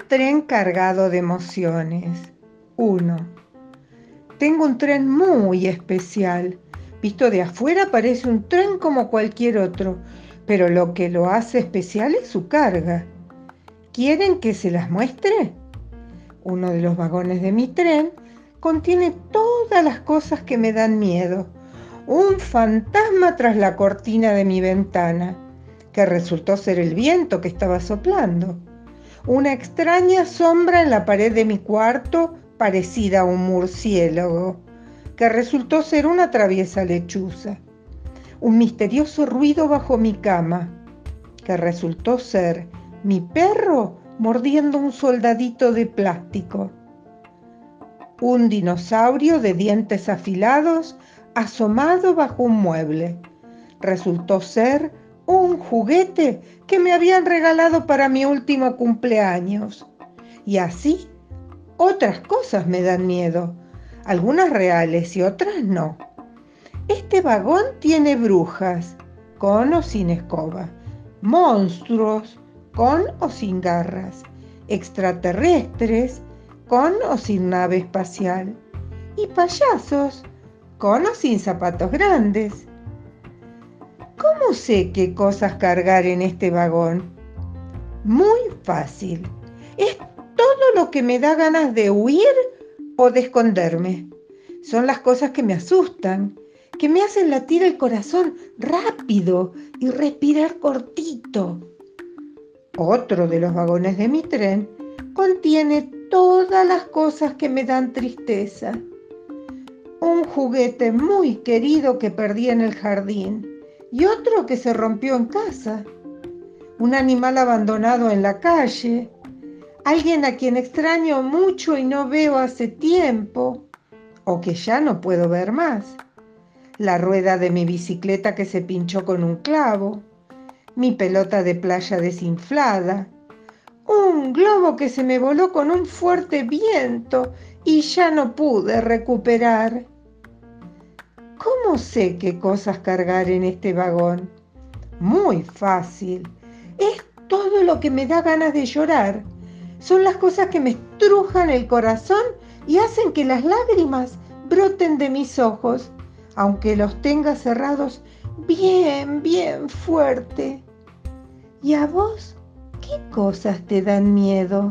tren cargado de emociones. 1. Tengo un tren muy especial. Visto de afuera parece un tren como cualquier otro, pero lo que lo hace especial es su carga. ¿Quieren que se las muestre? Uno de los vagones de mi tren contiene todas las cosas que me dan miedo. Un fantasma tras la cortina de mi ventana, que resultó ser el viento que estaba soplando. Una extraña sombra en la pared de mi cuarto, parecida a un murciélago, que resultó ser una traviesa lechuza. Un misterioso ruido bajo mi cama, que resultó ser mi perro mordiendo un soldadito de plástico. Un dinosaurio de dientes afilados asomado bajo un mueble. Resultó ser un juguete que me habían regalado para mi último cumpleaños. Y así, otras cosas me dan miedo, algunas reales y otras no. Este vagón tiene brujas, con o sin escoba, monstruos, con o sin garras, extraterrestres, con o sin nave espacial, y payasos, con o sin zapatos grandes. ¿Cómo sé qué cosas cargar en este vagón? Muy fácil. Es todo lo que me da ganas de huir o de esconderme. Son las cosas que me asustan, que me hacen latir el corazón rápido y respirar cortito. Otro de los vagones de mi tren contiene todas las cosas que me dan tristeza. Un juguete muy querido que perdí en el jardín y otro que se rompió en casa. Un animal abandonado en la calle. Alguien a quien extraño mucho y no veo hace tiempo, o que ya no puedo ver más. La rueda de mi bicicleta que se pinchó con un clavo. Mi pelota de playa desinflada. Un globo que se me voló con un fuerte viento y ya no pude recuperar. ¿Cómo sé qué cosas cargar en este vagón? Muy fácil. Es todo lo que me da ganas de llorar. Son las cosas que me estrujan el corazón y hacen que las lágrimas broten de mis ojos, aunque los tenga cerrados bien, bien fuerte. ¿Y a vos qué cosas te dan miedo?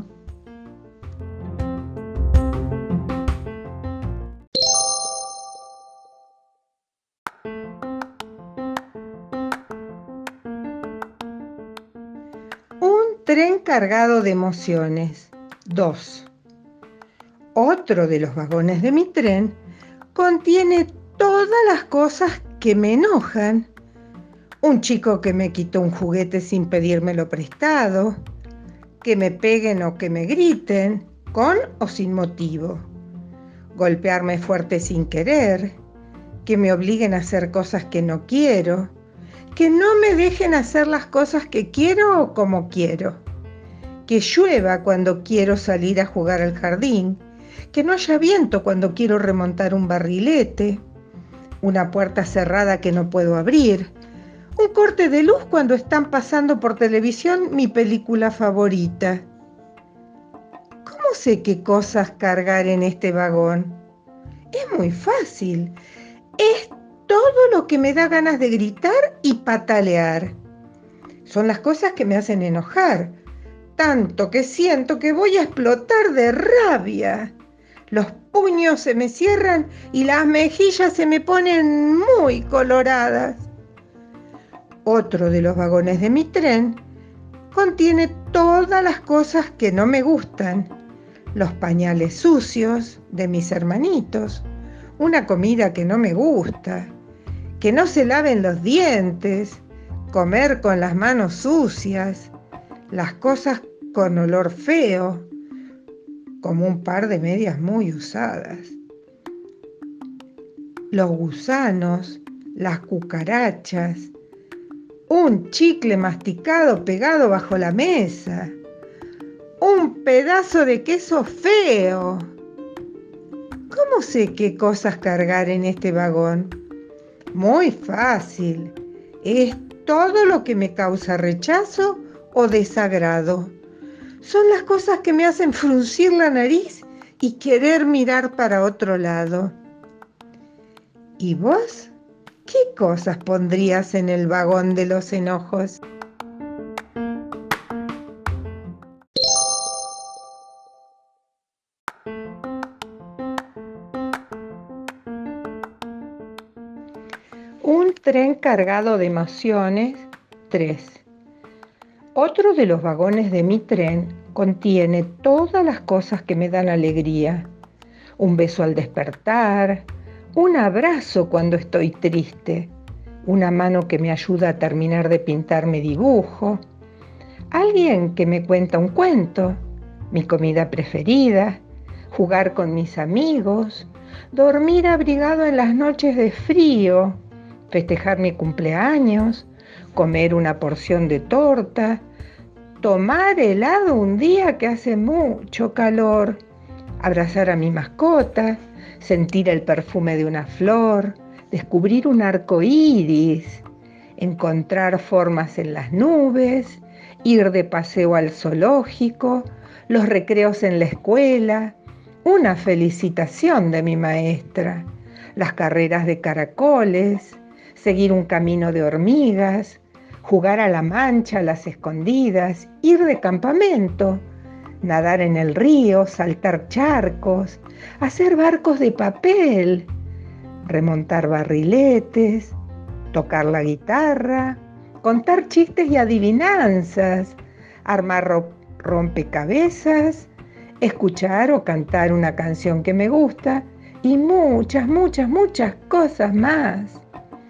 Un tren cargado de emociones. 2. Otro de los vagones de mi tren contiene todas las cosas que me enojan. Un chico que me quitó un juguete sin pedírmelo prestado, que me peguen o que me griten, con o sin motivo, golpearme fuerte sin querer, que me obliguen a hacer cosas que no quiero, que no me dejen hacer las cosas que quiero o como quiero, que llueva cuando quiero salir a jugar al jardín, que no haya viento cuando quiero remontar un barrilete, una puerta cerrada que no puedo abrir, un corte de luz cuando están pasando por televisión mi película favorita. ¿Cómo sé qué cosas cargar en este vagón? Es muy fácil. Es todo lo que me da ganas de gritar y patalear. Son las cosas que me hacen enojar, tanto que siento que voy a explotar de rabia. Los puños se me cierran y las mejillas se me ponen muy coloradas. Otro de los vagones de mi tren contiene todas las cosas que no me gustan. Los pañales sucios de mis hermanitos, una comida que no me gusta, que no se laven los dientes, comer con las manos sucias, las cosas con olor feo, como un par de medias muy usadas, los gusanos, las cucarachas, un chicle masticado pegado bajo la mesa, un pedazo de queso feo. ¿Cómo sé qué cosas cargar en este vagón? Muy fácil. Es todo lo que me causa rechazo o desagrado. son las cosas que me hacen fruncir la nariz y querer mirar para otro lado. ¿Y vos? ¿Qué cosas pondrías en el vagón de los enojos? Un tren cargado de emociones, 3. Otro de los vagones de mi tren contiene todas las cosas que me dan alegría. Un beso al despertar, un abrazo cuando estoy triste, una mano que me ayuda a terminar de pintar mi dibujo, alguien que me cuenta un cuento, mi comida preferida, jugar con mis amigos, dormir abrigado en las noches de frío, festejar mi cumpleaños, comer una porción de torta, tomar helado un día que hace mucho calor, abrazar a mi mascota, sentir el perfume de una flor, descubrir un arco iris, encontrar formas en las nubes, ir de paseo al zoológico, los recreos en la escuela, una felicitación de mi maestra, las carreras de caracoles, seguir un camino de hormigas, jugar a la mancha, a las escondidas, ir de campamento, nadar en el río, saltar charcos, hacer barcos de papel, remontar barriletes, tocar la guitarra, contar chistes y adivinanzas, armar rompecabezas, escuchar o cantar una canción que me gusta y muchas, muchas, muchas cosas más.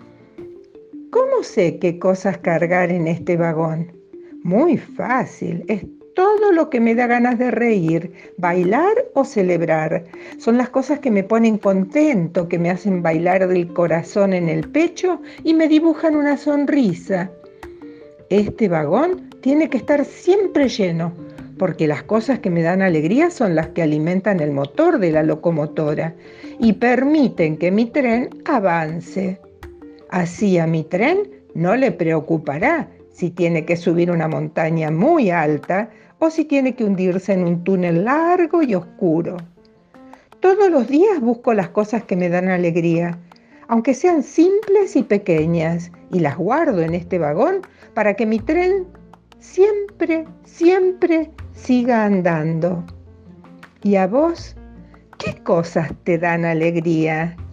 ¿Cómo sé qué cosas cargar en este vagón? Muy fácil, es todo lo que me da ganas de reír, bailar o celebrar. Son las cosas que me ponen contento, que me hacen bailar del corazón en el pecho y me dibujan una sonrisa. Este vagón tiene que estar siempre lleno, porque las cosas que me dan alegría son las que alimentan el motor de la locomotora y permiten que mi tren avance. Así a mi tren no le preocupará si tiene que subir una montaña muy alta o si tiene que hundirse en un túnel largo y oscuro. Todos los días busco las cosas que me dan alegría, aunque sean simples y pequeñas, y las guardo en este vagón para que mi tren siempre, siempre siga andando. ¿Y a vos? ¿Qué cosas te dan alegría?